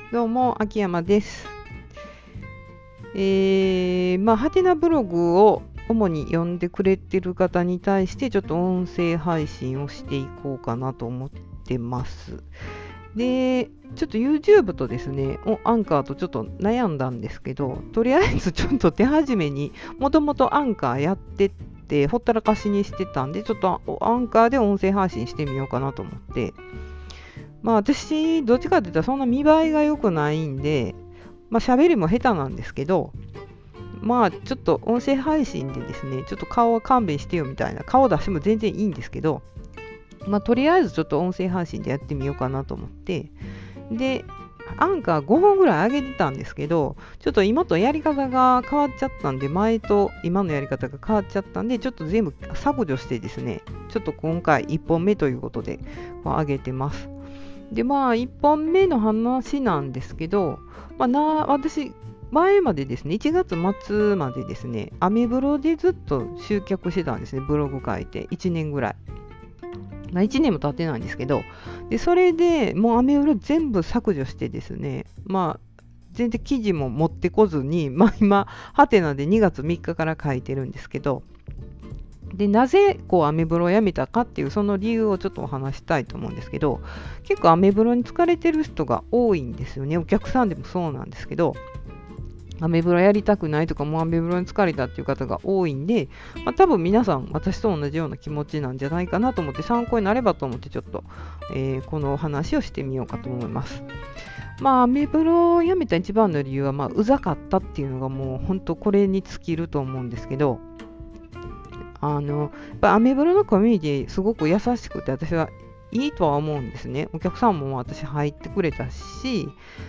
どうも、秋山です。ハテナブログを主に読んでくれてる方に対して、ちょっと音声配信をしていこうかなと思ってます。で、ちょっと YouTube とですね、アンカーとちょっと悩んだんですけど、とりあえずちょっと手始めに、もともとアンカーやってて、ほったらかしにしてたんで、ちょっとアンカーで音声配信してみようかなと思って、私、どっちかって言ったらそんな見栄えが良くないんで、喋りも下手なんですけど、ちょっと音声配信でですね、ちょっと顔は勘弁してよみたいな、顔出しても全然いいんですけど、とりあえずちょっと音声配信でやってみようかなと思って、で、アンカー5本ぐらい上げてたんですけど、ちょっと今とやり方が変わっちゃったんで、前と今のやり方が変わっちゃったんで、ちょっと全部削除してですね、ちょっと今回1本目ということで上げてます。で、1本目の話なんですけど、私、前までですね、1月末までですね、アメブロでずっと集客してたんですね、ブログ書いて、1年ぐらい。1年も経ってないんですけど、で、それでもうアメブロ全部削除してですね、全然記事も持ってこずに、今、ハテナで2月3日から書いてるんですけど、で、なぜアメブロをやめたかっていうその理由をちょっとお話したいと思うんですけど、結構アメブロに疲れてる人が多いんですよね。お客さんでもそうなんですけど、アメブロやりたくないとか、もうアメブロに疲れたっていう方が多いんで、多分皆さん私と同じような気持ちなんじゃないかなと思って、参考になればと思ってちょっと、この話をしてみようかと思います。アメブロをやめた一番の理由は、うざかったっていうのがもう本当これに尽きると思うんですけど、やっぱアメブロのコミュニティすごく優しくて、私はいいとは思うんですね。お客さんも私入ってくれたし、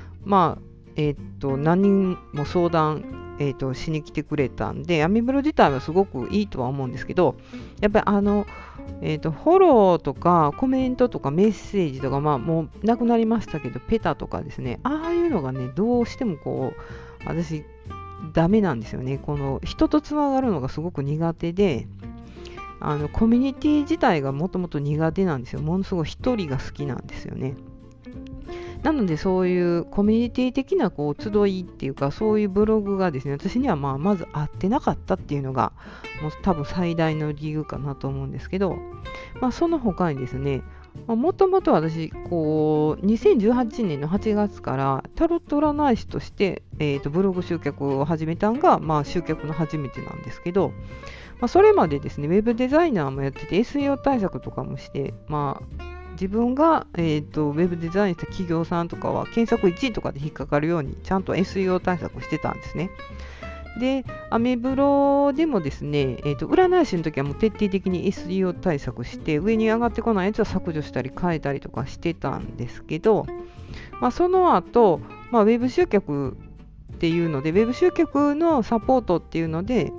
何人も相談、しに来てくれたんで、アメブロ自体はすごくいいとは思うんですけど、やっぱりフォローとかコメントとかメッセージとか、もうなくなりましたけど、ペタとかですね、ああいうのがね、どうしても私、ダメなんですよね。この人とつながるのがすごく苦手で、コミュニティ自体がもともと苦手なんですよ。ものすごい一人が好きなんですよね。なのでそういうコミュニティ的な集いっていうか、そういうブログがですね、私にはまず合ってなかったっていうのがもう多分最大の理由かなと思うんですけど、その他にですね、もともと私2018年の8月からタロット占い師として、ブログ集客を始めたのが、集客の初めてなんですけど、それまでですね、ウェブデザイナーもやってて SEO 対策とかもして、自分が、ウェブデザインした企業さんとかは検索1位とかで引っかかるようにちゃんと SEO 対策してたんですね。で、アメブロでもですね、占い師の時はもう徹底的に SEO 対策して、上に上がってこないやつは削除したり変えたりとかしてたんですけど、その後、ウェブ集客っていうので、ウェブ集客のサポートっていうので、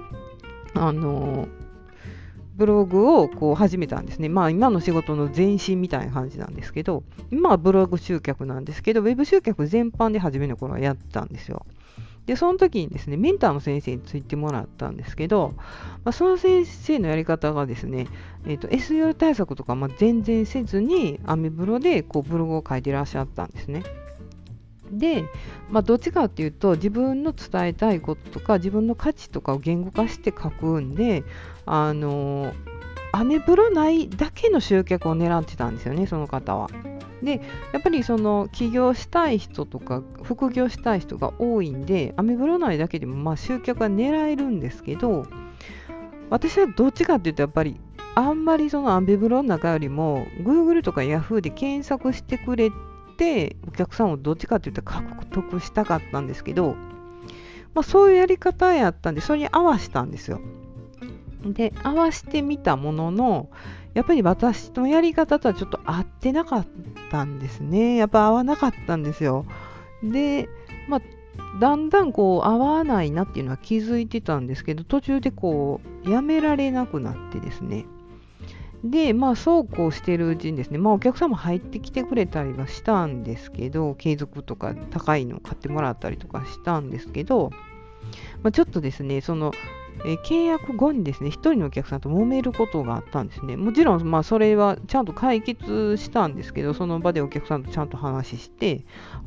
ブログを始めたんですね。今の仕事の前身みたいな感じなんですけど、今はブログ集客なんですけど、ウェブ集客全般で初めの頃はやったんですよ。で、その時にですね、メンターの先生についてもらったんですけど、その先生のやり方がですね、SEO 対策とか全然せずに、アメブロでブログを書いてらっしゃったんですね。で、どっちかっていうと、自分の伝えたいこととか、自分の価値とかを言語化して書くんで、アメブロ内だけの集客を狙ってたんですよね、その方は。で、やっぱり起業したい人とか、副業したい人が多いんで、アメブロ内だけでも集客は狙えるんですけど、私はどっちかっていうと、やっぱり、あんまりそのアメブロの中よりも、Google とか Yahoo で検索してくれて、お客さんをどっちかっていうと獲得したかったんですけど、そういうやり方やったんで、それに合わせたんですよ。で、合わせてみたものの、やっぱり私のやり方とはちょっと合ってなかったんですね。やっぱ合わなかったんですよ。で、だんだん合わないなっていうのは気づいてたんですけど、途中でやめられなくなってですね。で、そうこうしてるうちにですね、お客さんも入ってきてくれたりはしたんですけど、継続とか高いのを買ってもらったりとかしたんですけど、ちょっとですね、 契約後にですね、一人のお客さんと揉めることがあったんですね。もちろん、それはちゃんと解決したんですけど、その場でお客さんとちゃんと話して、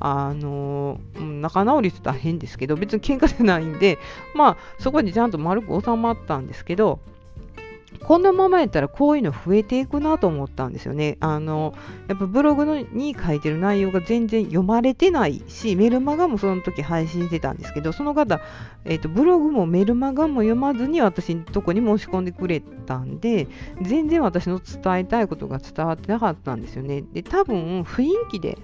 仲直りって言ったら変ですけど、別に喧嘩じゃないんで、そこでちゃんと丸く収まったんですけど、このままやったらこういうの増えていくなと思ったんですよね。やっぱブログに書いてる内容が全然読まれてないし、メルマガもその時配信してたんですけど、その方、ブログもメルマガも読まずに私のとこに申し込んでくれたんで、全然私の伝えたいことが伝わってなかったんですよね。で、多分雰囲気で、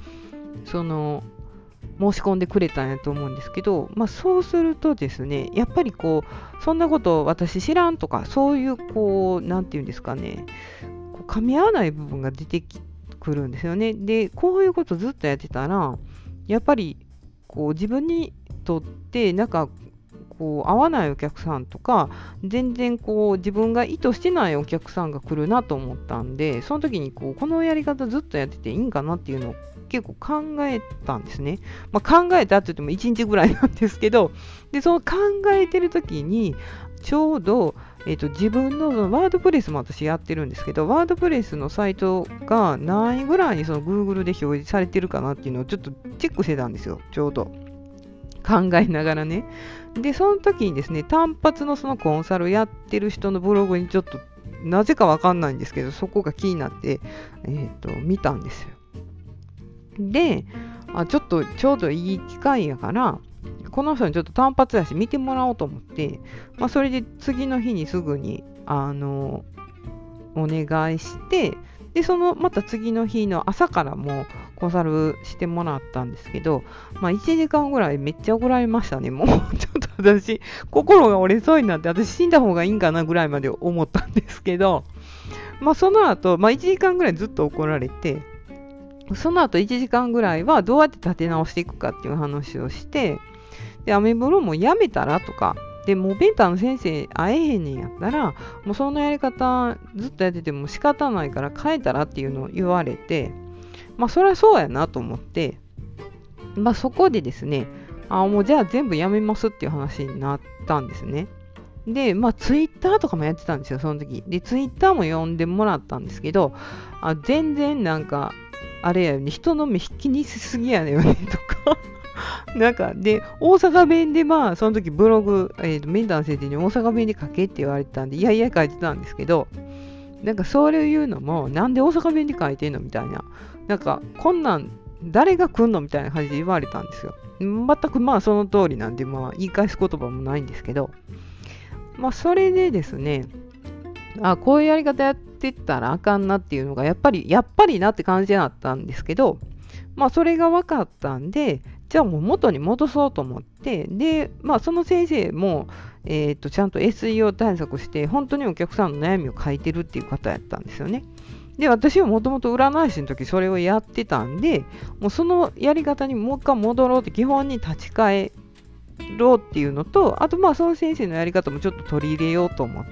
申し込んでくれたんやと思うんですけど、そうするとですね、やっぱりそんなこと私知らんとか、そういうなんていうんですかね、噛み合わない部分が出てくるんですよね。で、こういうことずっとやってたら、やっぱり自分にとって合わないお客さんとか、全然自分が意図してないお客さんが来るなと思ったんで、その時にこのやり方ずっとやってていいんかなっていうのを結構考えたんですね。考えたって言っても1日ぐらいなんですけど、で、その考えてる時に、ちょうど、自分のワードプレスも私やってるんですけど、ワードプレスのサイトが何位ぐらいにGoogle で表示されてるかなっていうのをちょっとチェックしてたんですよ、ちょうど。考えながらね。で、その時にですね、単発のそのコンサルやってる人のブログにちょっと、なぜかわかんないんですけど、そこが気になって、見たんですよ。で、ちょっとちょうどいい機会やから、この人にちょっと単発だし見てもらおうと思って、それで次の日にすぐに、お願いして、で、また次の日の朝からもコンサルしてもらったんですけど、1時間ぐらいめっちゃ怒られましたね。もうちょっと私、心が折れそうになって、私死んだ方がいいんかなぐらいまで思ったんですけど、その後、1時間ぐらいずっと怒られて、その後1時間ぐらいはどうやって立て直していくかっていう話をして、で、アメブロもやめたらとか、で、もうベンターの先生会えへんねんやったら、もうそのやり方ずっとやってても仕方ないから変えたらっていうのを言われて、そりゃそうやなと思って、そこでですね、もうじゃあ全部やめますっていう話になったんですね。で、ツイッターとかもやってたんですよ、その時。で、ツイッターも読んでもらったんですけど、全然あれやよね、人の目気にしすぎやねよねとか。で、大阪弁でその時ブログ、メンターの先生に大阪弁で書けって言われてたんで、いやいや書いてたんですけど、そういうのも、なんで大阪弁で書いてんのみたいな。こんなん誰が来んのみたいな感じで言われたんですよ。全くその通りなんで、言い返す言葉もないんですけど、それでですね、こういうやり方やってったらあかんなっていうのが、やっぱりなって感じだったんですけど、それが分かったんで、じゃあもう元に戻そうと思って、で、その先生も、ちゃんと SEO 対策して、本当にお客さんの悩みを書いてるっていう方やったんですよね。で、私はもともと占い師の時それをやってたんで、もうそのやり方にもう一回戻ろうって基本に立ち返ろうっていうのと、あとその先生のやり方もちょっと取り入れようと思って、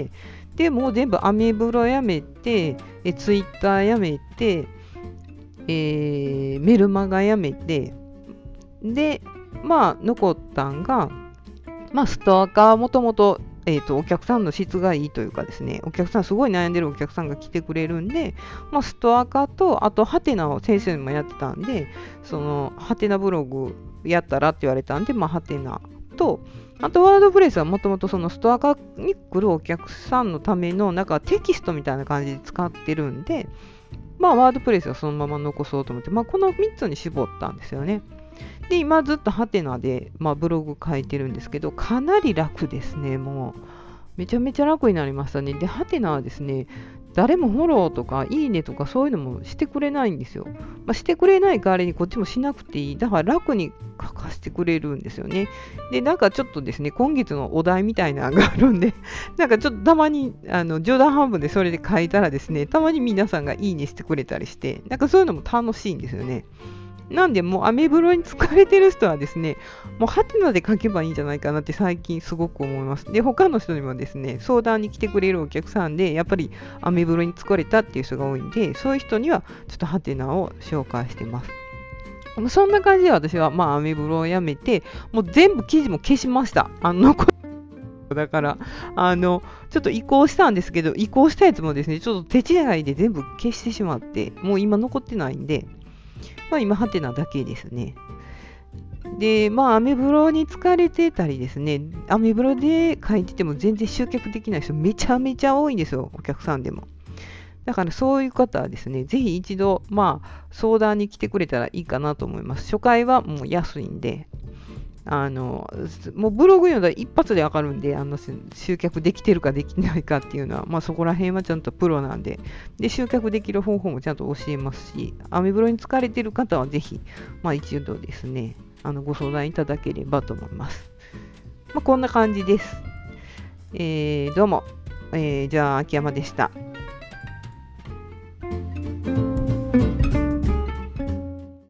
で、もう全部アメブロやめて、ツイッターやめて、メルマガやめて、で、残ったんが、ストアカーもともと、お客さんの質がいいというかですね、お客さんすごい悩んでるお客さんが来てくれるんで、ストアカーと、あとハテナを先生もやってたんで、そのハテナブログやったらって言われたんで、ハテナと、あとワードプレスはもともとそのストアカに来るお客さんのためのテキストみたいな感じで使ってるんで、ワードプレスはそのまま残そうと思って、この3つに絞ったんですよね。で、今ずっとハテナで、ブログ書いてるんですけど、かなり楽ですね。もう、めちゃめちゃ楽になりましたね。で、ハテナはですね、誰もフォローとかいいねとかそういうのもしてくれないんですよ。してくれない代わりにこっちもしなくていい。だから楽に書かせてくれるんですよね。で、ちょっとですね、今月のお題みたいなのがあるんで、ちょっとたまに冗談半分でそれで書いたらですね、たまに皆さんがいいねしてくれたりして、そういうのも楽しいんですよね。なんで、もうアメブロに疲れてる人はですね、もうハテナで書けばいいんじゃないかなって最近すごく思います。で、他の人にもですね、相談に来てくれるお客さんで、やっぱりアメブロに疲れたっていう人が多いんで、そういう人にはちょっとハテナを紹介してます。そんな感じで私は、アメブロをやめて、もう全部記事も消しました。残よ。だから、ちょっと移行したんですけど、移行したやつもですね、ちょっと手違いで全部消してしまって、もう今残ってないんで、まあ今、ハテナだけですね。で、まあ、アメブロに疲れてたりですね、アメブロで書いてても全然集客できない人めちゃめちゃ多いんですよ、お客さんでも。だからそういう方はですね、ぜひ一度、まあ、相談に来てくれたらいいかなと思います。初回はもう安いんで、もうブログ読んだら一発でわかるんで、集客できてるかできないかっていうのは、まあそこら辺はちゃんとプロなんで、で、集客できる方法もちゃんと教えますし、アメブロに疲れてる方はぜひ、まあ一度ですね、ご相談いただければと思います。まあこんな感じです。どうも、じゃあ秋山でした。